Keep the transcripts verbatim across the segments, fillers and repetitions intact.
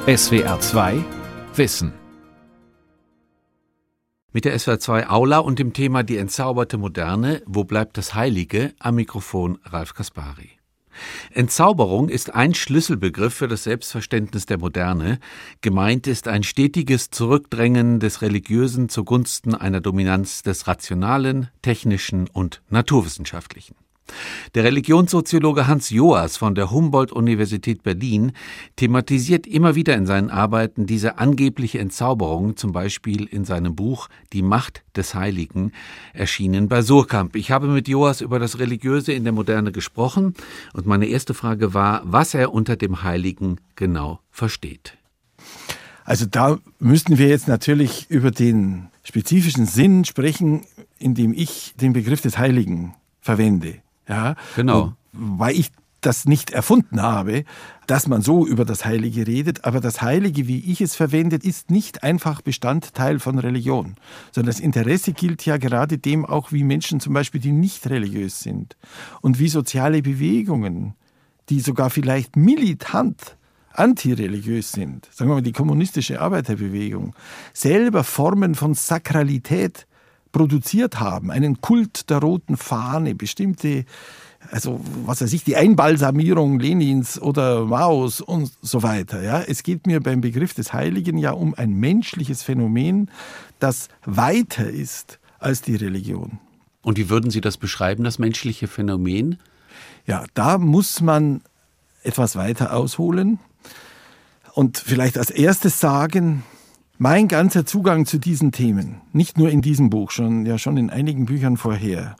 S W R zwei Wissen. Mit der S W R zwei Aula und dem Thema Die entzauberte Moderne, wo bleibt das Heilige? Am Mikrofon Ralf Kaspari. Entzauberung ist ein Schlüsselbegriff für das Selbstverständnis der Moderne. Gemeint ist ein stetiges Zurückdrängen des Religiösen zugunsten einer Dominanz des Rationalen, Technischen und Naturwissenschaftlichen. Der Religionssoziologe Hans Joas von der Humboldt-Universität Berlin thematisiert immer wieder in seinen Arbeiten diese angebliche Entzauberung, zum Beispiel in seinem Buch Die Macht des Heiligen, erschienen bei Suhrkamp. Ich habe mit Joas über das Religiöse in der Moderne gesprochen und meine erste Frage war, was er unter dem Heiligen genau versteht. Also da müssten wir jetzt natürlich über den spezifischen Sinn sprechen, in dem ich den Begriff des Heiligen verwende. Ja, genau. Weil ich das nicht erfunden habe, dass man so über das Heilige redet. Aber das Heilige, wie ich es verwende, ist nicht einfach Bestandteil von Religion, sondern das Interesse gilt ja gerade dem auch, wie Menschen zum Beispiel, die nicht religiös sind und wie soziale Bewegungen, die sogar vielleicht militant antireligiös sind, sagen wir mal die kommunistische Arbeiterbewegung, selber Formen von Sakralität produziert haben, einen Kult der roten Fahne, bestimmte, also was weiß ich, die Einbalsamierung Lenins oder Maos und so weiter. Ja, es geht mir beim Begriff des Heiligen ja um ein menschliches Phänomen, das weiter ist als die Religion. Und wie würden Sie das beschreiben, das menschliche Phänomen? Ja, da muss man etwas weiter ausholen und vielleicht als erstes sagen, mein ganzer Zugang zu diesen Themen, nicht nur in diesem Buch, schon, ja schon in einigen Büchern vorher,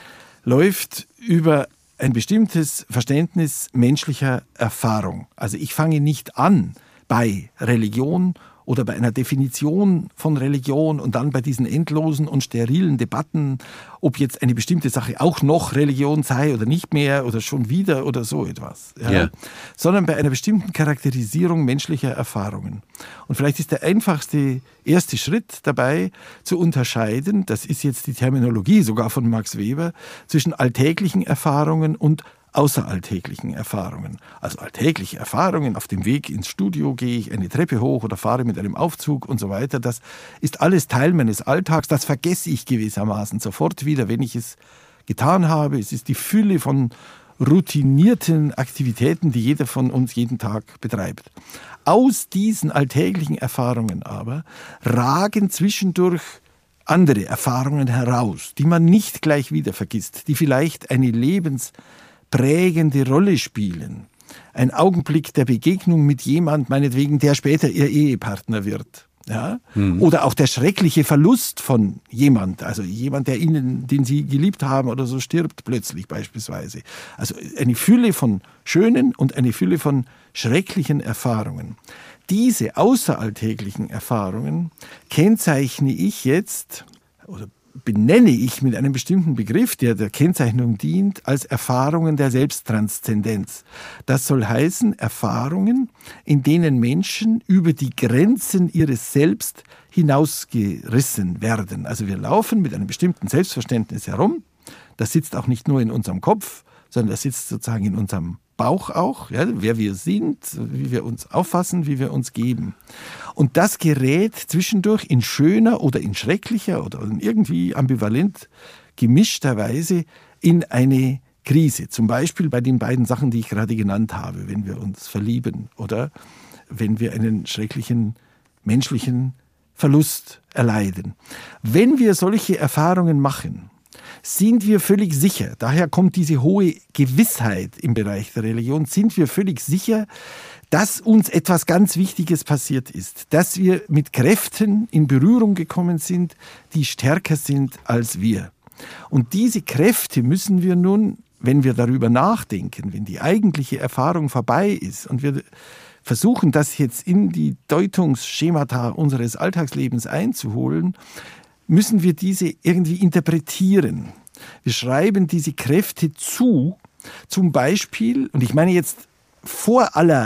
läuft über ein bestimmtes Verständnis menschlicher Erfahrung. Also ich fange nicht an bei Religion oder bei einer Definition von Religion und dann bei diesen endlosen und sterilen Debatten, ob jetzt eine bestimmte Sache auch noch Religion sei oder nicht mehr oder schon wieder oder so etwas. Ja. Yeah. Sondern bei einer bestimmten Charakterisierung menschlicher Erfahrungen. Und vielleicht ist der einfachste erste Schritt dabei zu unterscheiden, das ist jetzt die Terminologie sogar von Max Weber, zwischen alltäglichen Erfahrungen und außeralltäglichen Erfahrungen. Also alltägliche Erfahrungen, auf dem Weg ins Studio gehe ich eine Treppe hoch oder fahre mit einem Aufzug und so weiter. Das ist alles Teil meines Alltags, das vergesse ich gewissermaßen sofort wieder, wenn ich es getan habe. Es ist die Fülle von routinierten Aktivitäten, die jeder von uns jeden Tag betreibt. Aus diesen alltäglichen Erfahrungen aber ragen zwischendurch andere Erfahrungen heraus, die man nicht gleich wieder vergisst, die vielleicht eine Lebens prägende Rolle spielen. Ein Augenblick der Begegnung mit jemand, meinetwegen, der später ihr Ehepartner wird. Ja? Mhm. Oder auch der schreckliche Verlust von jemand, also jemand, der ihnen, den sie geliebt haben oder so, stirbt plötzlich beispielsweise. Also eine Fülle von schönen und eine Fülle von schrecklichen Erfahrungen. Diese außeralltäglichen Erfahrungen kennzeichne ich jetzt, oder benenne ich mit einem bestimmten Begriff, der der Kennzeichnung dient, als Erfahrungen der Selbsttranszendenz. Das soll heißen, Erfahrungen, in denen Menschen über die Grenzen ihres Selbst hinausgerissen werden. Also wir laufen mit einem bestimmten Selbstverständnis herum. Das sitzt auch nicht nur in unserem Kopf, sondern das sitzt sozusagen in unserem Bauch auch, ja, wer wir sind, wie wir uns auffassen, wie wir uns geben. Und das gerät zwischendurch in schöner oder in schrecklicher oder in irgendwie ambivalent gemischter Weise in eine Krise. Zum Beispiel bei den beiden Sachen, die ich gerade genannt habe, wenn wir uns verlieben oder wenn wir einen schrecklichen menschlichen Verlust erleiden. Wenn wir solche Erfahrungen machen, sind wir völlig sicher, daher kommt diese hohe Gewissheit im Bereich der Religion, sind wir völlig sicher, dass uns etwas ganz Wichtiges passiert ist, dass wir mit Kräften in Berührung gekommen sind, die stärker sind als wir. Und diese Kräfte müssen wir nun, wenn wir darüber nachdenken, wenn die eigentliche Erfahrung vorbei ist und wir versuchen, das jetzt in die Deutungsschemata unseres Alltagslebens einzuholen, müssen wir diese irgendwie interpretieren. Wir schreiben diese Kräfte zu, zum Beispiel, und ich meine jetzt vor aller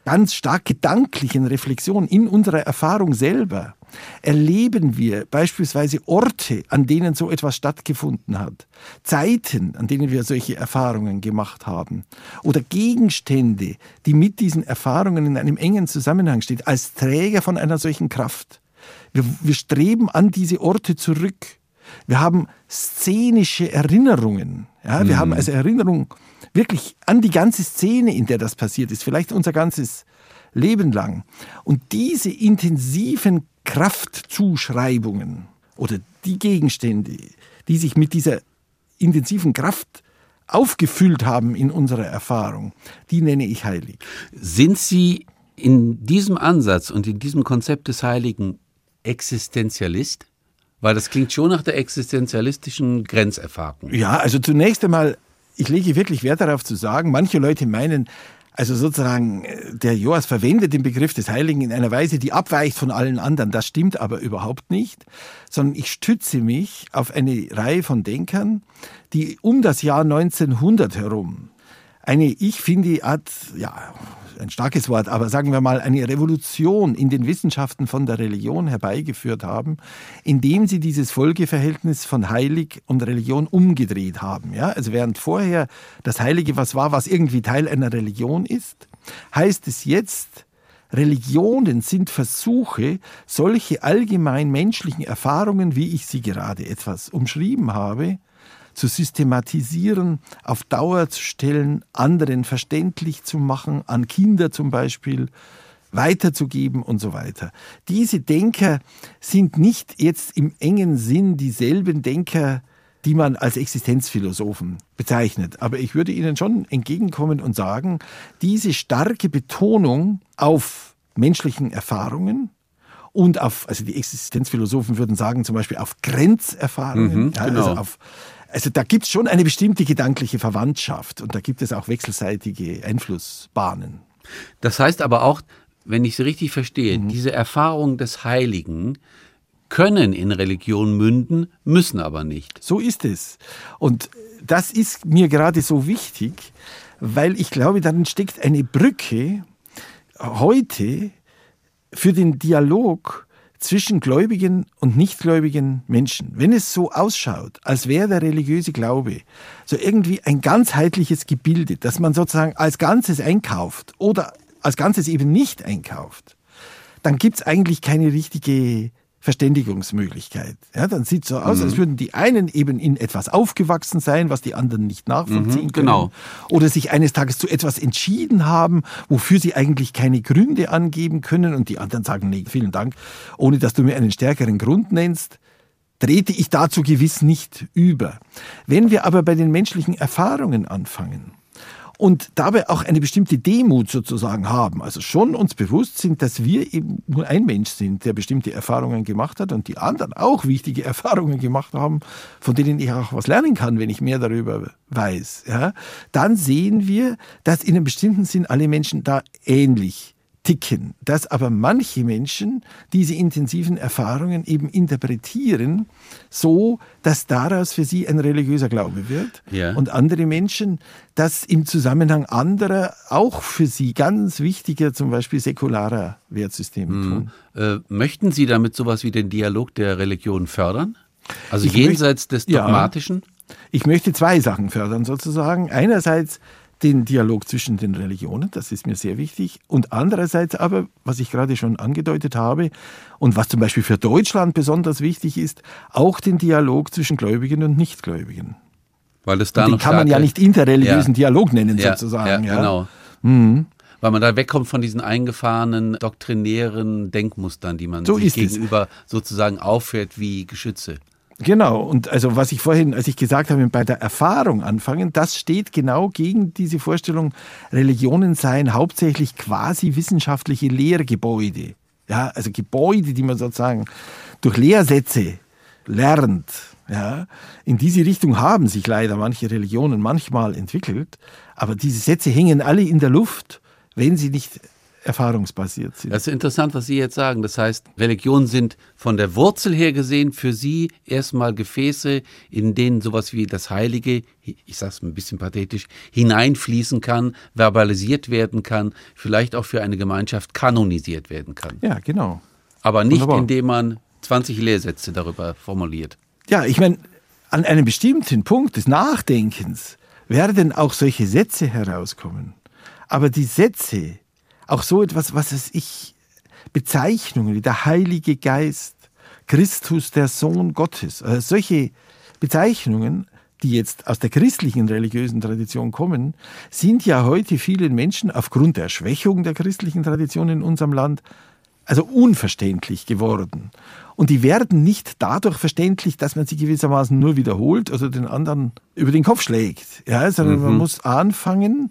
ganz stark gedanklichen Reflexion in unserer Erfahrung selber erleben wir beispielsweise Orte, an denen so etwas stattgefunden hat, Zeiten, an denen wir solche Erfahrungen gemacht haben oder Gegenstände, die mit diesen Erfahrungen in einem engen Zusammenhang stehen, als Träger von einer solchen Kraft. Wir, wir streben an diese Orte zurück. Wir haben szenische Erinnerungen. Ja, wir mhm. haben also Erinnerung wirklich an die ganze Szene, in der das passiert ist, vielleicht unser ganzes Leben lang. Und diese intensiven Kraftzuschreibungen oder die Gegenstände, die sich mit dieser intensiven Kraft aufgefüllt haben in unserer Erfahrung, die nenne ich heilig. Sind Sie in diesem Ansatz und in diesem Konzept des Heiligen Existenzialist? Weil das klingt schon nach der existenzialistischen Grenzerfahrung. Ja, also zunächst einmal, ich lege wirklich Wert darauf zu sagen, manche Leute meinen, also sozusagen, der Joas verwendet den Begriff des Heiligen in einer Weise, die abweicht von allen anderen. Das stimmt aber überhaupt nicht, sondern ich stütze mich auf eine Reihe von Denkern, die um das Jahr neunzehnhundert herum eine, ich finde, Art, ja, ein starkes Wort, aber sagen wir mal, eine Revolution in den Wissenschaften von der Religion herbeigeführt haben, indem sie dieses Folgeverhältnis von Heilig und Religion umgedreht haben. Ja? Also während vorher das Heilige was war, was irgendwie Teil einer Religion ist, heißt es jetzt, Religionen sind Versuche, solche allgemein menschlichen Erfahrungen, wie ich sie gerade etwas umschrieben habe, zu systematisieren, auf Dauer zu stellen, anderen verständlich zu machen, an Kinder zum Beispiel weiterzugeben und so weiter. Diese Denker sind nicht jetzt im engen Sinn dieselben Denker, die man als Existenzphilosophen bezeichnet. Aber ich würde ihnen schon entgegenkommen und sagen, diese starke Betonung auf menschlichen Erfahrungen und auf, also die Existenzphilosophen würden sagen zum Beispiel auf Grenzerfahrungen, Mhm, ja, genau. also auf Also da gibt es schon eine bestimmte gedankliche Verwandtschaft und da gibt es auch wechselseitige Einflussbahnen. Das heißt aber auch, wenn ich Sie richtig verstehe, Mhm. diese Erfahrungen des Heiligen können in Religion münden, müssen aber nicht. So ist es. Und das ist mir gerade so wichtig, weil ich glaube, darin steckt eine Brücke heute für den Dialog zwischen gläubigen und nichtgläubigen Menschen. Wenn es so ausschaut, als wäre der religiöse Glaube so irgendwie ein ganzheitliches Gebilde, das man sozusagen als Ganzes einkauft oder als Ganzes eben nicht einkauft, dann gibt es eigentlich keine richtige Verständigungsmöglichkeit. Ja, dann sieht es so aus, Mhm. als würden die einen eben in etwas aufgewachsen sein, was die anderen nicht nachvollziehen Mhm, können. genau. Oder sich eines Tages zu etwas entschieden haben, wofür sie eigentlich keine Gründe angeben können und die anderen sagen, nee, vielen Dank, ohne dass du mir einen stärkeren Grund nennst, trete ich dazu gewiss nicht über. Wenn wir aber bei den menschlichen Erfahrungen anfangen und dabei auch eine bestimmte Demut sozusagen haben, also schon uns bewusst sind, dass wir eben nur ein Mensch sind, der bestimmte Erfahrungen gemacht hat und die anderen auch wichtige Erfahrungen gemacht haben, von denen ich auch was lernen kann, wenn ich mehr darüber weiß, ja, dann sehen wir, dass in einem bestimmten Sinn alle Menschen da ähnlich ticken, dass aber manche Menschen diese intensiven Erfahrungen eben interpretieren, so, dass daraus für sie ein religiöser Glaube wird. Ja. Und andere Menschen, das im Zusammenhang anderer, auch für sie ganz wichtiger, zum Beispiel säkularer Wertsysteme tun. Äh, möchten Sie damit sowas wie den Dialog der Religion fördern? Also Ich jenseits des ja. Dogmatischen? Ich möchte zwei Sachen fördern sozusagen. Einerseits den Dialog zwischen den Religionen, das ist mir sehr wichtig. Und andererseits aber, was ich gerade schon angedeutet habe und was zum Beispiel für Deutschland besonders wichtig ist, auch den Dialog zwischen Gläubigen und Nichtgläubigen. Weil es da Und den noch kann man ja starke- nicht interreligiösen Ja. Dialog nennen ja, sozusagen. Ja, Ja, genau. Mhm. Weil man da wegkommt von diesen eingefahrenen, doktrinären Denkmustern, die man So sich ist es. gegenüber sozusagen auffährt wie Geschütze. Genau, und also was ich vorhin, als ich gesagt habe, bei der Erfahrung anfangen, das steht genau gegen diese Vorstellung, Religionen seien hauptsächlich quasi wissenschaftliche Lehrgebäude. Ja, also Gebäude, die man sozusagen durch Lehrsätze lernt. Ja, in diese Richtung haben sich leider manche Religionen manchmal entwickelt, aber diese Sätze hängen alle in der Luft, wenn sie nicht erfahrungsbasiert sind. Das ist interessant, was Sie jetzt sagen. Das heißt, Religionen sind von der Wurzel her gesehen für Sie erstmal Gefäße, in denen sowas wie das Heilige, ich sage es ein bisschen pathetisch, hineinfließen kann, verbalisiert werden kann, vielleicht auch für eine Gemeinschaft kanonisiert werden kann. Ja, genau. Aber nicht, Wunderbar. indem man zwanzig Lehrsätze darüber formuliert. Ja, ich meine, an einem bestimmten Punkt des Nachdenkens werden auch solche Sätze herauskommen. Aber die Sätze, auch so etwas, was es ich, Bezeichnungen wie der Heilige Geist, Christus, der Sohn Gottes, also solche Bezeichnungen, die jetzt aus der christlichen religiösen Tradition kommen, sind ja heute vielen Menschen aufgrund der Schwächung der christlichen Tradition in unserem Land also unverständlich geworden. Und die werden nicht dadurch verständlich, dass man sie gewissermaßen nur wiederholt oder den anderen über den Kopf schlägt, ja, sondern mhm. man muss anfangen,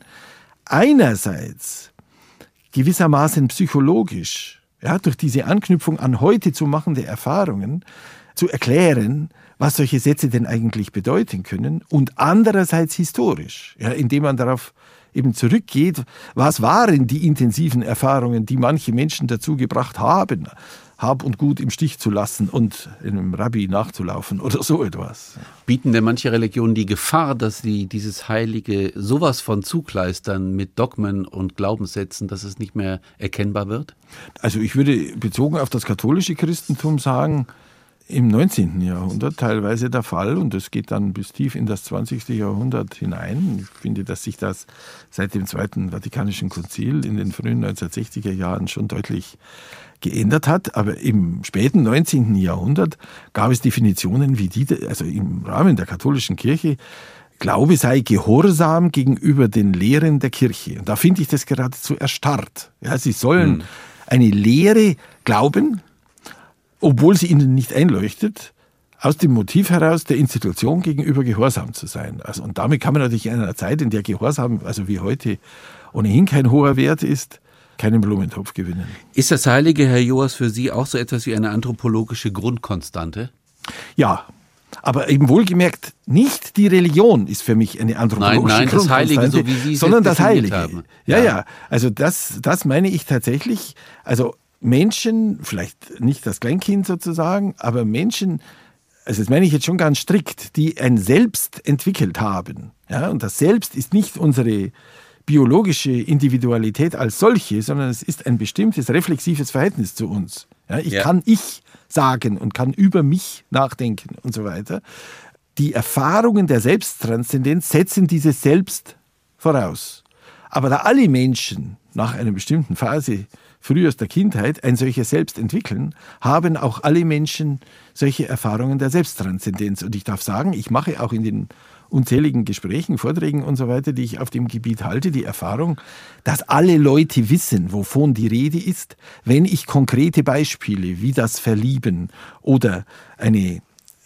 einerseits gewissermaßen psychologisch, ja, durch diese Anknüpfung an heute zu machende Erfahrungen, zu erklären, was solche Sätze denn eigentlich bedeuten können, und andererseits historisch, ja, indem man darauf eben zurückgeht, was waren die intensiven Erfahrungen, die manche Menschen dazu gebracht haben, Hab und Gut im Stich zu lassen und einem Rabbi nachzulaufen oder so etwas. Bieten denn manche Religionen die Gefahr, dass sie dieses Heilige sowas von zukleistern mit Dogmen und Glaubenssätzen, dass es nicht mehr erkennbar wird? Also ich würde bezogen auf das katholische Christentum sagen, im neunzehnten Jahrhundert teilweise der Fall, und das geht dann bis tief in das zwanzigste Jahrhundert hinein. Ich finde, dass sich das seit dem Zweiten Vatikanischen Konzil in den frühen neunzehnhundertsechziger Jahren schon deutlich geändert hat. Aber im späten neunzehnten Jahrhundert gab es Definitionen wie die, also im Rahmen der katholischen Kirche, Glaube sei Gehorsam gegenüber den Lehren der Kirche. Und da finde ich das geradezu erstarrt. Ja, sie sollen hm. eine Lehre glauben, obwohl sie ihnen nicht einleuchtet, aus dem Motiv heraus, der Institution gegenüber gehorsam zu sein. Also, und damit kann man natürlich in einer Zeit, in der Gehorsam, also wie heute, ohnehin kein hoher Wert ist, keinen Blumentopf gewinnen. Ist das Heilige, Herr Joas, für Sie auch so etwas wie eine anthropologische Grundkonstante? Ja, aber eben wohlgemerkt, nicht die Religion ist für mich eine anthropologische nein, nein, Grundkonstante, das Heilige, so wie Sie es sondern das Heilige. Haben. Ja, ja, ja, also das, das meine ich tatsächlich. Also Menschen, vielleicht nicht das Kleinkind sozusagen, aber Menschen, also das meine ich jetzt schon ganz strikt, die ein Selbst entwickelt haben. Ja, und das Selbst ist nicht unsere biologische Individualität als solche, sondern es ist ein bestimmtes reflexives Verhältnis zu uns. Ja, ich ja. kann ich sagen und kann über mich nachdenken und so weiter. Die Erfahrungen der Selbsttranszendenz setzen dieses Selbst voraus. Aber da alle Menschen nach einer bestimmten Phase frühester Kindheit ein solches Selbst entwickeln, haben auch alle Menschen solche Erfahrungen der Selbsttranszendenz. Und ich darf sagen, ich mache auch in den unzähligen Gesprächen, Vorträgen und so weiter, die ich auf dem Gebiet halte, die Erfahrung, dass alle Leute wissen, wovon die Rede ist, wenn ich konkrete Beispiele wie das Verlieben oder eine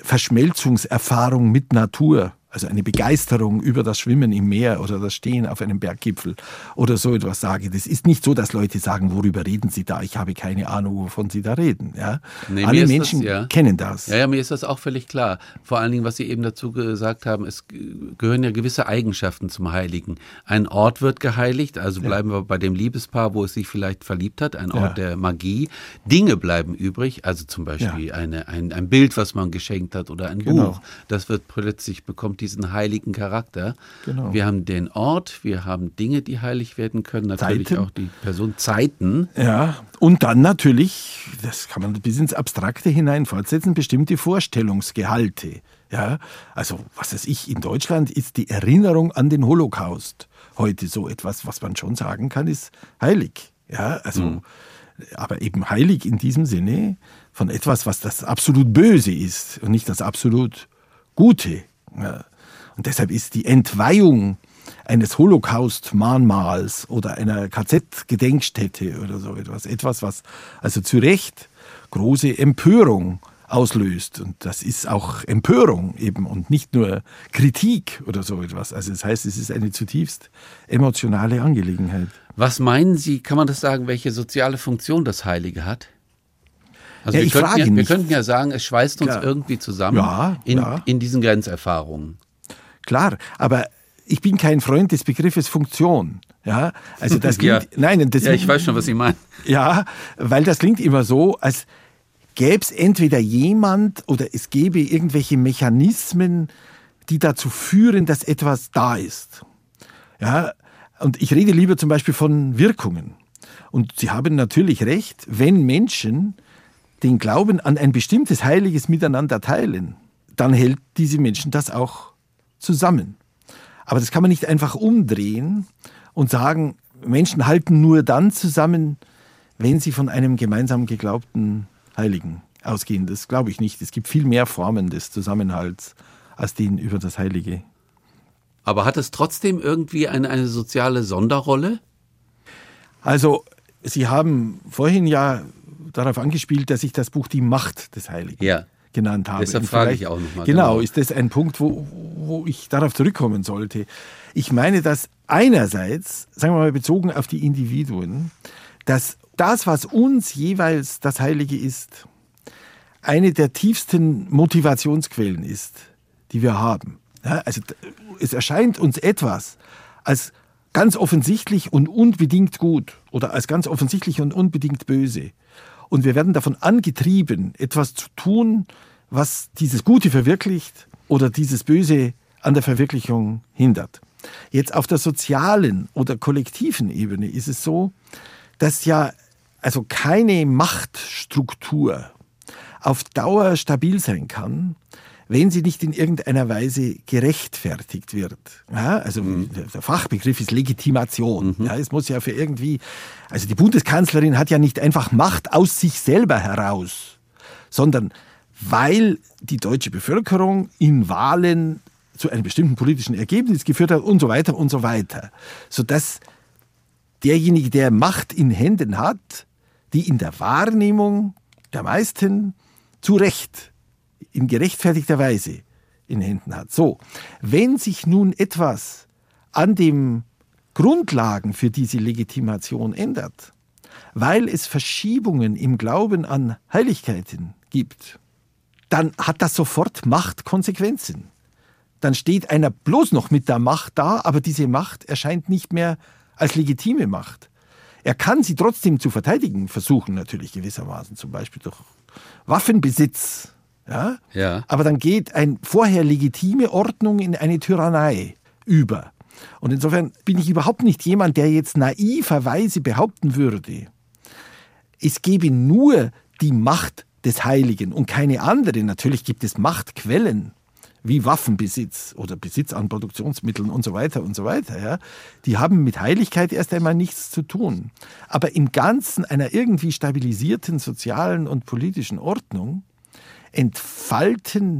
Verschmelzungserfahrung mit Natur, also eine Begeisterung über das Schwimmen im Meer oder das Stehen auf einem Berggipfel oder so etwas sage. Das ist nicht so, dass Leute sagen, worüber reden Sie da? Ich habe keine Ahnung, wovon Sie da reden. Ja? Nee, Alle Menschen das, ja. kennen das. Ja, ja, mir ist das auch völlig klar. Vor allen Dingen, was Sie eben dazu gesagt haben, es gehören ja gewisse Eigenschaften zum Heiligen. Ein Ort wird geheiligt, also bleiben ja. wir bei dem Liebespaar, wo es sich vielleicht verliebt hat, ein Ort ja. der Magie. Dinge bleiben übrig, also zum Beispiel ja. eine, ein, ein Bild, was man geschenkt hat oder ein genau. Buch. Das wird plötzlich, bekommt diesen heiligen Charakter. Genau. Wir haben den Ort, wir haben Dinge, die heilig werden können, natürlich Zeiten. auch die Person, Zeiten. Ja, und dann natürlich, das kann man bis ins Abstrakte hinein fortsetzen, bestimmte Vorstellungsgehalte. Ja, also was weiß ich, in Deutschland ist die Erinnerung an den Holocaust heute so etwas, was man schon sagen kann, ist heilig. Ja, also, mhm. aber eben heilig in diesem Sinne von etwas, was das absolut Böse ist und nicht das absolut Gute. Ja. Und deshalb ist die Entweihung eines Holocaust-Mahnmals oder einer K Z-Gedenkstätte oder so etwas, etwas, was also zu Recht große Empörung auslöst. Und das ist auch Empörung eben und nicht nur Kritik oder so etwas. Also das heißt, es ist eine zutiefst emotionale Angelegenheit. Was meinen Sie, kann man das sagen, welche soziale Funktion das Heilige hat? Also ja, wir, ich könnten frage ja, wir nicht. könnten ja sagen, es schweißt uns Klar. irgendwie zusammen ja, in, ja. in diesen Grenzerfahrungen. Klar, aber ich bin kein Freund des Begriffes Funktion. Ja, also das klingt, ja. nein, das, ja, ich weiß schon, was Sie meinen. Ja, weil das klingt immer so, als gäbe es entweder jemand oder es gäbe irgendwelche Mechanismen, die dazu führen, dass etwas da ist. Ja, und ich rede lieber zum Beispiel von Wirkungen. Und Sie haben natürlich recht, wenn Menschen den Glauben an ein bestimmtes heiliges Miteinander teilen, dann hält diese Menschen das auch zusammen. Aber das kann man nicht einfach umdrehen und sagen, Menschen halten nur dann zusammen, wenn sie von einem gemeinsam geglaubten Heiligen ausgehen. Das glaube ich nicht. Es gibt viel mehr Formen des Zusammenhalts als den über das Heilige. Aber hat es trotzdem irgendwie eine, eine soziale Sonderrolle? Also, Sie haben vorhin ja darauf angespielt, dass ich das Buch Die Macht des Heiligen ja. genannt habe. Deshalb frage ich auch nochmal. Genau, genau, ist das ein Punkt, wo, wo ich darauf zurückkommen sollte. Ich meine, dass einerseits, sagen wir mal bezogen auf die Individuen, dass das, was uns jeweils das Heilige ist, eine der tiefsten Motivationsquellen ist, die wir haben. Ja, also es erscheint uns etwas als ganz offensichtlich und unbedingt gut oder als ganz offensichtlich und unbedingt böse. Und wir werden davon angetrieben, etwas zu tun, was dieses Gute verwirklicht oder dieses Böse an der Verwirklichung hindert. Jetzt auf der sozialen oder kollektiven Ebene ist es so, dass ja also keine Machtstruktur auf Dauer stabil sein kann, wenn sie nicht in irgendeiner Weise gerechtfertigt wird. Ja, also mhm. der Fachbegriff ist Legitimation. Mhm. Ja, es muss ja für irgendwie, also die Bundeskanzlerin hat ja nicht einfach Macht aus sich selber heraus, sondern weil die deutsche Bevölkerung in Wahlen zu einem bestimmten politischen Ergebnis geführt hat und so weiter und so weiter. Sodass derjenige, der Macht in Händen hat, die in der Wahrnehmung der meisten zu Recht, in gerechtfertigter Weise in Händen hat. So, wenn sich nun etwas an den Grundlagen für diese Legitimation ändert, weil es Verschiebungen im Glauben an Heiligkeiten gibt, dann hat das sofort Machtkonsequenzen. Dann steht einer bloß noch mit der Macht da, aber diese Macht erscheint nicht mehr als legitime Macht. Er kann sie trotzdem zu verteidigen versuchen, natürlich gewissermaßen, zum Beispiel durch Waffenbesitz. Ja? Ja. Aber dann geht eine vorher legitime Ordnung in eine Tyrannei über. Und insofern bin ich überhaupt nicht jemand, der jetzt naiverweise behaupten würde, es gebe nur die Macht des Heiligen und keine andere. Natürlich gibt es Machtquellen wie Waffenbesitz oder Besitz an Produktionsmitteln und so weiter und so weiter. Ja. Die haben mit Heiligkeit erst einmal nichts zu tun. Aber im Ganzen einer irgendwie stabilisierten sozialen und politischen Ordnung entfalten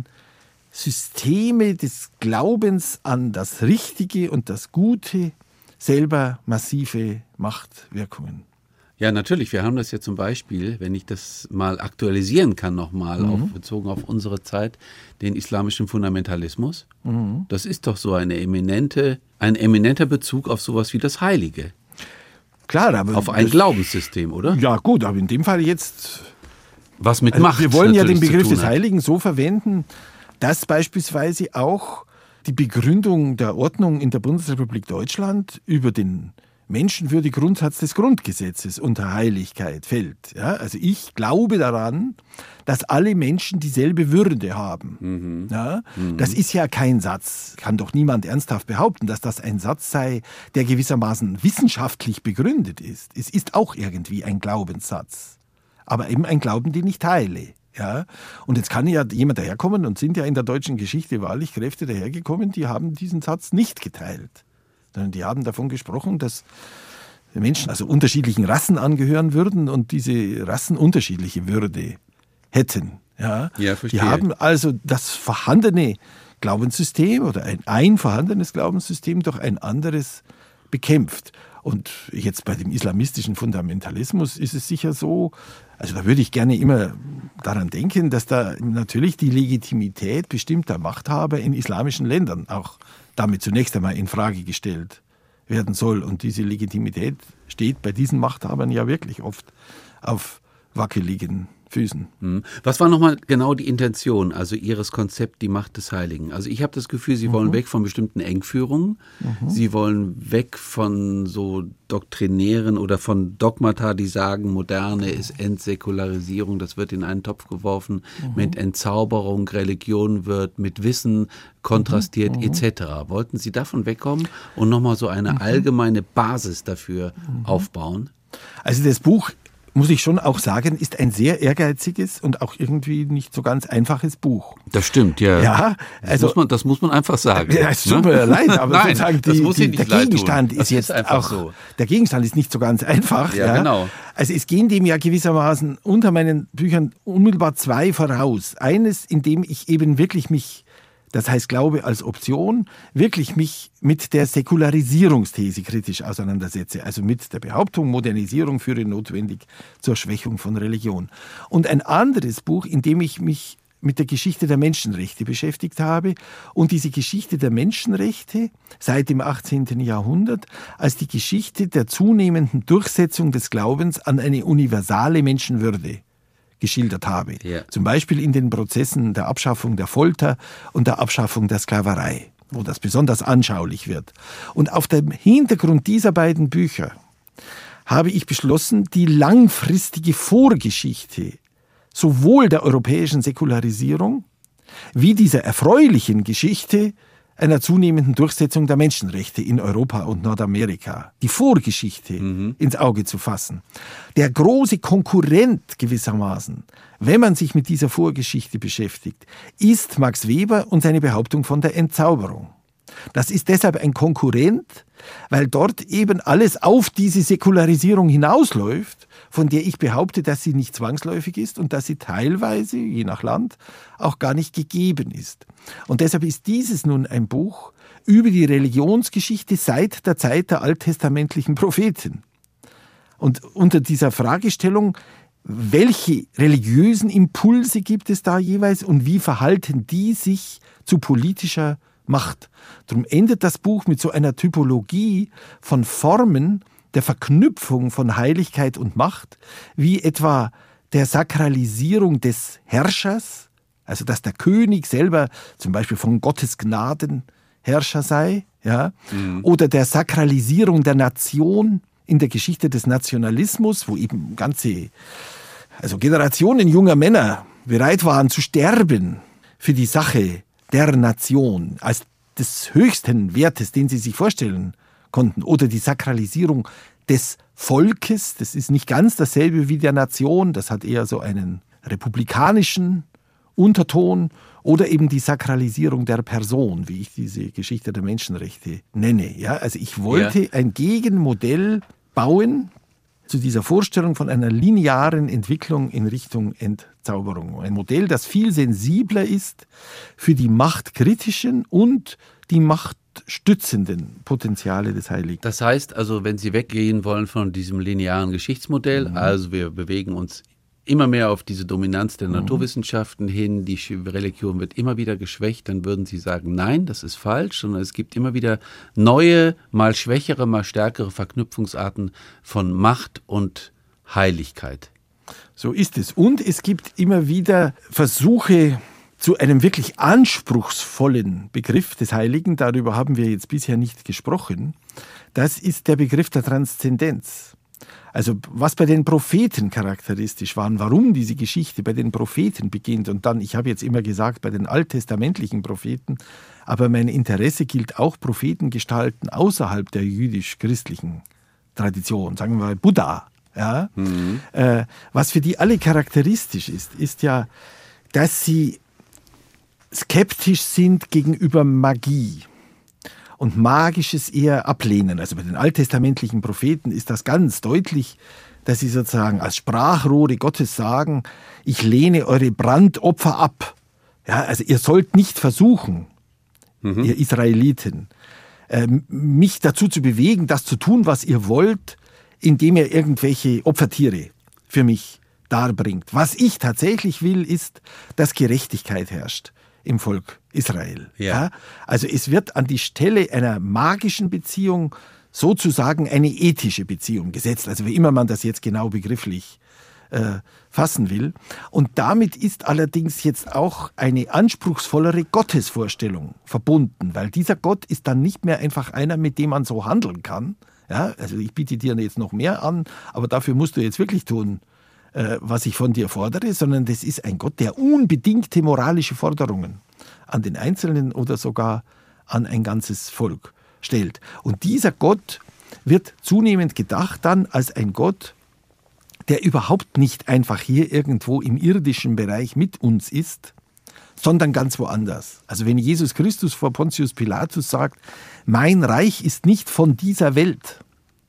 Systeme des Glaubens an das Richtige und das Gute selber massive Machtwirkungen. Ja, natürlich. Wir haben das ja zum Beispiel, wenn ich das mal aktualisieren kann nochmal, mhm. auf, bezogen auf unsere Zeit, den islamischen Fundamentalismus. Mhm. Das ist doch so eine eminente, ein eminenter Bezug auf sowas wie das Heilige. Klar, aber auf ein das, Glaubenssystem, oder? Ja gut, aber in dem Fall jetzt... Was mit also Macht wir wollen ja den Begriff des hat. Heiligen so verwenden, dass beispielsweise auch die Begründung der Ordnung in der Bundesrepublik Deutschland über den Menschenwürde-Grundsatz des Grundgesetzes unter Heiligkeit fällt. Ja, also ich glaube daran, dass alle Menschen dieselbe Würde haben. Mhm. Ja, mhm. Das ist ja kein Satz, kann doch niemand ernsthaft behaupten, dass das ein Satz sei, der gewissermaßen wissenschaftlich begründet ist. Es ist auch irgendwie ein Glaubenssatz, aber eben ein Glauben, den ich teile. Ja, und jetzt kann ja jemand daherkommen und sind ja in der deutschen Geschichte wahrlich Kräfte dahergekommen, die haben diesen Satz nicht geteilt. Sondern die haben davon gesprochen, dass Menschen also unterschiedlichen Rassen angehören würden und diese Rassen unterschiedliche Würde hätten. Ja, ja, verstehe. Die haben also das vorhandene Glaubenssystem oder ein, ein vorhandenes Glaubenssystem durch ein anderes bekämpft. Und jetzt bei dem islamistischen Fundamentalismus ist es sicher so, also da würde ich gerne immer daran denken, dass da natürlich die Legitimität bestimmter Machthaber in islamischen Ländern auch damit zunächst einmal in Frage gestellt werden soll. Und diese Legitimität steht bei diesen Machthabern ja wirklich oft auf wackeligen Füßen. Was war nochmal genau die Intention, also Ihres Konzept, die Macht des Heiligen? Also ich habe das Gefühl, Sie mhm. wollen weg von bestimmten Engführungen, mhm. Sie wollen weg von so doktrinären oder von Dogmata, die sagen, Moderne ist Entsäkularisierung, das wird in einen Topf geworfen, mhm. mit Entzauberung, Religion wird mit Wissen kontrastiert mhm. et cetera. Wollten Sie davon wegkommen und nochmal so eine mhm. allgemeine Basis dafür mhm. aufbauen? Also das Buch, muss ich schon auch sagen, ist ein sehr ehrgeiziges und auch irgendwie nicht so ganz einfaches Buch. Das stimmt, ja. Ja, also also das muss man, das muss man einfach sagen. Ja, es tut mir leid, aber Nein, sozusagen das die, muss die, nicht der Gegenstand ist das jetzt ist einfach auch so. Der Gegenstand ist nicht so ganz einfach. Ja, ja, genau. Also es gehen dem ja gewissermaßen unter meinen Büchern unmittelbar zwei voraus. Eines, in dem ich eben wirklich mich, das heißt Glaube als Option, wirklich mich mit der Säkularisierungsthese kritisch auseinandersetze. Also mit der Behauptung, Modernisierung führe notwendig zur Schwächung von Religion. Und ein anderes Buch, in dem ich mich mit der Geschichte der Menschenrechte beschäftigt habe und diese Geschichte der Menschenrechte seit dem achtzehnten Jahrhundert als die Geschichte der zunehmenden Durchsetzung des Glaubens an eine universale Menschenwürde geschildert habe. Ja. Zum Beispiel in den Prozessen der Abschaffung der Folter und der Abschaffung der Sklaverei, wo das besonders anschaulich wird. Und auf dem Hintergrund dieser beiden Bücher habe ich beschlossen, die langfristige Vorgeschichte sowohl der europäischen Säkularisierung wie dieser erfreulichen Geschichte einer zunehmenden Durchsetzung der Menschenrechte in Europa und Nordamerika, die Vorgeschichte mhm. ins Auge zu fassen. Der große Konkurrent gewissermaßen, wenn man sich mit dieser Vorgeschichte beschäftigt, ist Max Weber und seine Behauptung von der Entzauberung. Das ist deshalb ein Konkurrent, weil dort eben alles auf diese Säkularisierung hinausläuft, von der ich behaupte, dass sie nicht zwangsläufig ist und dass sie teilweise, je nach Land, auch gar nicht gegeben ist. Und deshalb ist dieses nun ein Buch über die Religionsgeschichte seit der Zeit der alttestamentlichen Propheten. Und unter dieser Fragestellung, welche religiösen Impulse gibt es da jeweils und wie verhalten die sich zu politischer Macht? Darum endet das Buch mit so einer Typologie von Formen der Verknüpfung von Heiligkeit und Macht, wie etwa der Sakralisierung des Herrschers, also dass der König selber zum Beispiel von Gottes Gnaden Herrscher sei, ja, mhm. oder der Sakralisierung der Nation in der Geschichte des Nationalismus, wo eben ganze, also Generationen junger Männer bereit waren zu sterben für die Sache der Nation als des höchsten Wertes, den sie sich vorstellen konnten, oder die Sakralisierung des Volkes, das ist nicht ganz dasselbe wie der Nation, das hat eher so einen republikanischen Unterton, oder eben die Sakralisierung der Person, wie ich diese Geschichte der Menschenrechte nenne. Ja, also ich wollte ja. ein Gegenmodell bauen zu dieser Vorstellung von einer linearen Entwicklung in Richtung Entzauberung. Ein Modell, das viel sensibler ist für die machtkritischen und die machtstützenden Potenziale des Heiligen. Das heißt also, wenn Sie weggehen wollen von diesem linearen Geschichtsmodell, mhm. also wir bewegen uns immer mehr auf diese Dominanz der mhm. Naturwissenschaften hin, die Religion wird immer wieder geschwächt, dann würden Sie sagen, nein, das ist falsch, sondern es gibt immer wieder neue, mal schwächere, mal stärkere Verknüpfungsarten von Macht und Heiligkeit. So ist es. Und es gibt immer wieder Versuche zu einem wirklich anspruchsvollen Begriff des Heiligen, darüber haben wir jetzt bisher nicht gesprochen. Das ist der Begriff der Transzendenz. Also was bei den Propheten charakteristisch war, warum diese Geschichte bei den Propheten beginnt und dann, ich habe jetzt immer gesagt, bei den alttestamentlichen Propheten, aber mein Interesse gilt auch Prophetengestalten außerhalb der jüdisch-christlichen Tradition, sagen wir mal Buddha. Ja? Mhm. Äh, was für die alle charakteristisch ist, ist ja, dass sie skeptisch sind gegenüber Magie und Magisches eher ablehnen. Also bei den alttestamentlichen Propheten ist das ganz deutlich, dass sie sozusagen als Sprachrohre Gottes sagen, ich lehne eure Brandopfer ab. Ja, also ihr sollt nicht versuchen, mhm. ihr Israeliten, äh, mich dazu zu bewegen, das zu tun, was ihr wollt, indem ihr irgendwelche Opfertiere für mich darbringt. Was ich tatsächlich will, ist, dass Gerechtigkeit herrscht im Volk Israel. Ja. Ja, also es wird an die Stelle einer magischen Beziehung sozusagen eine ethische Beziehung gesetzt. Also wie immer man das jetzt genau begrifflich äh, fassen will. Und damit ist allerdings jetzt auch eine anspruchsvollere Gottesvorstellung verbunden, weil dieser Gott ist dann nicht mehr einfach einer, mit dem man so handeln kann. Ja, also ich biete dir jetzt noch mehr an, aber dafür musst du jetzt wirklich tun, äh, was ich von dir fordere, sondern das ist ein Gott, der unbedingte moralische Forderungen an den Einzelnen oder sogar an ein ganzes Volk stellt. Und dieser Gott wird zunehmend gedacht dann als ein Gott, der überhaupt nicht einfach hier irgendwo im irdischen Bereich mit uns ist, sondern ganz woanders. Also wenn Jesus Christus vor Pontius Pilatus sagt, mein Reich ist nicht von dieser Welt,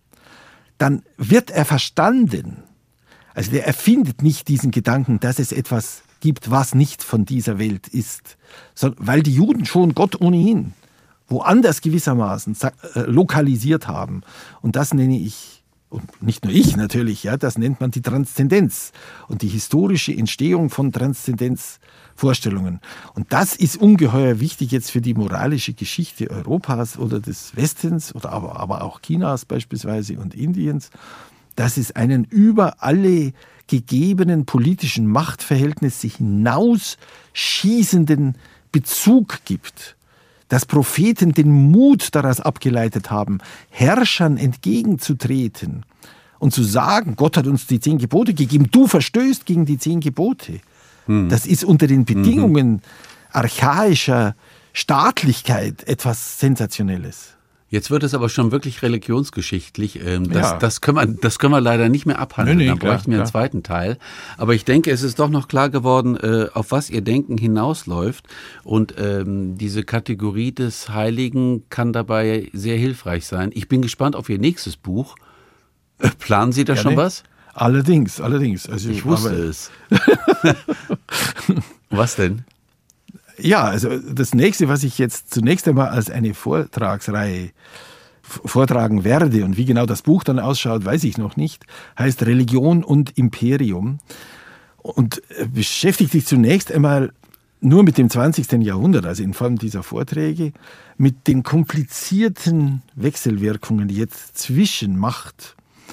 dann wird er verstanden. Also der erfindet nicht diesen Gedanken, dass es etwas gibt, was nicht von dieser Welt ist, sondern weil die Juden schon Gott ohnehin woanders gewissermaßen lokalisiert haben. Und das nenne ich, und nicht nur ich natürlich, ja, das nennt man die Transzendenz und die historische Entstehung von Transzendenzvorstellungen. Und das ist ungeheuer wichtig jetzt für die moralische Geschichte Europas oder des Westens oder aber, aber auch Chinas beispielsweise und Indiens, dass es einen über alle gegebenen politischen Machtverhältnisse hinausschießenden Bezug gibt, dass Propheten den Mut daraus abgeleitet haben, Herrschern entgegenzutreten und zu sagen, Gott hat uns die zehn Gebote gegeben, du verstößt gegen die zehn Gebote. Hm. Das ist unter den Bedingungen mhm. archaischer Staatlichkeit etwas Sensationelles. Jetzt wird es aber schon wirklich religionsgeschichtlich. Das, ja. das, können wir, das können wir leider nicht mehr abhandeln. Nee, nee, da bräuchten wir einen klar. zweiten Teil. Aber ich denke, es ist doch noch klar geworden, auf was Ihr Denken hinausläuft. Und ähm, diese Kategorie des Heiligen kann dabei sehr hilfreich sein. Ich bin gespannt auf Ihr nächstes Buch. Planen Sie da ja, schon nee. was? Allerdings, allerdings. Also ich wusste aber, es. Was denn? Ja, also das nächste, was ich jetzt zunächst einmal als eine Vortragsreihe vortragen werde und wie genau das Buch dann ausschaut, weiß ich noch nicht, heißt Religion und Imperium und beschäftigt sich zunächst einmal nur mit dem zwanzigsten Jahrhundert, also in Form dieser Vorträge, mit den komplizierten Wechselwirkungen jetzt zwischen Macht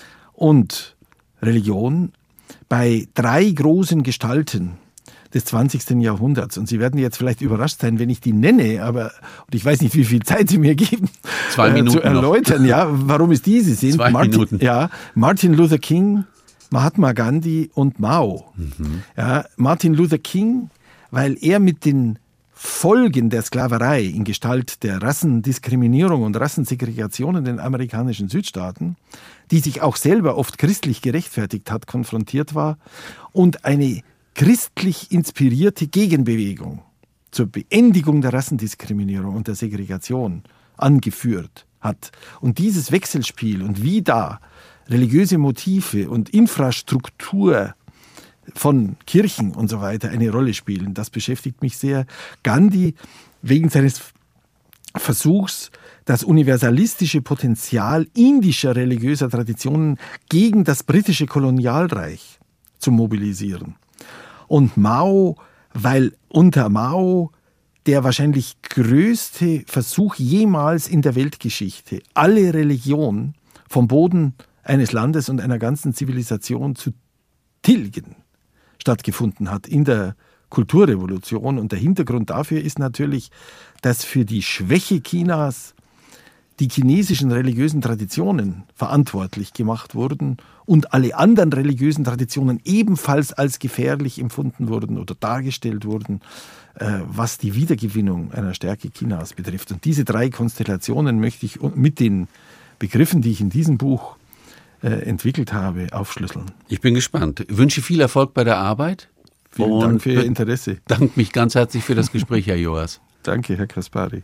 und Religion bei drei großen Gestalten des zwanzigsten Jahrhunderts. Und Sie werden jetzt vielleicht überrascht sein, wenn ich die nenne, aber und ich weiß nicht, wie viel Zeit Sie mir geben, Zwei Minuten äh, zu erläutern, noch. ja, warum es diese sind. Zwei Martin, Minuten. Ja, Martin Luther King, Mahatma Gandhi und Mao. Mhm. Ja, Martin Luther King, weil er mit den Folgen der Sklaverei in Gestalt der Rassendiskriminierung und Rassensegregation in den amerikanischen Südstaaten, die sich auch selber oft christlich gerechtfertigt hat, konfrontiert war und eine christlich inspirierte Gegenbewegung zur Beendigung der Rassendiskriminierung und der Segregation angeführt hat. Und dieses Wechselspiel und wie da religiöse Motive und Infrastruktur von Kirchen und so weiter eine Rolle spielen, das beschäftigt mich sehr. Gandhi wegen seines Versuchs, das universalistische Potenzial indischer religiöser Traditionen gegen das britische Kolonialreich zu mobilisieren. Und Mao, weil unter Mao der wahrscheinlich größte Versuch jemals in der Weltgeschichte, alle Religion vom Boden eines Landes und einer ganzen Zivilisation zu tilgen, stattgefunden hat in der Kulturrevolution. Und der Hintergrund dafür ist natürlich, dass für die Schwäche Chinas die chinesischen religiösen Traditionen verantwortlich gemacht wurden und alle anderen religiösen Traditionen ebenfalls als gefährlich empfunden wurden oder dargestellt wurden, äh, was die Wiedergewinnung einer Stärke Chinas betrifft. Und diese drei Konstellationen möchte ich mit den Begriffen, die ich in diesem Buch äh, entwickelt habe, aufschlüsseln. Ich bin gespannt. Ich wünsche viel Erfolg bei der Arbeit. Vielen und Dank für Ihr Interesse. Danke mich ganz herzlich für das Gespräch, Herr Joas. Danke, Herr Kaspari.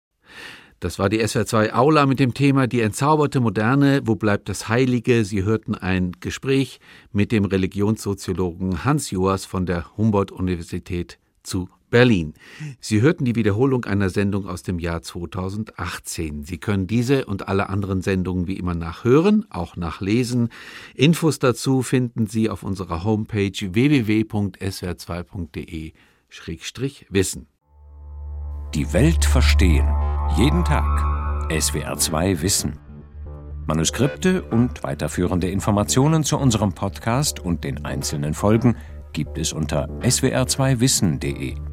Das war die S W R zwei Aula mit dem Thema Die entzauberte Moderne, wo bleibt das Heilige? Sie hörten ein Gespräch mit dem Religionssoziologen Hans Joas von der Humboldt-Universität zu Berlin. Sie hörten die Wiederholung einer Sendung aus dem Jahr zweitausendachtzehn. Sie können diese und alle anderen Sendungen wie immer nachhören, auch nachlesen. Infos dazu finden Sie auf unserer Homepage w w w punkt s w r zwei punkt d e Schrägstrich Wissen. Die Welt verstehen. Jeden Tag. S W R zwei Wissen. Manuskripte und weiterführende Informationen zu unserem Podcast und den einzelnen Folgen gibt es unter s w r zwei wissen punkt de.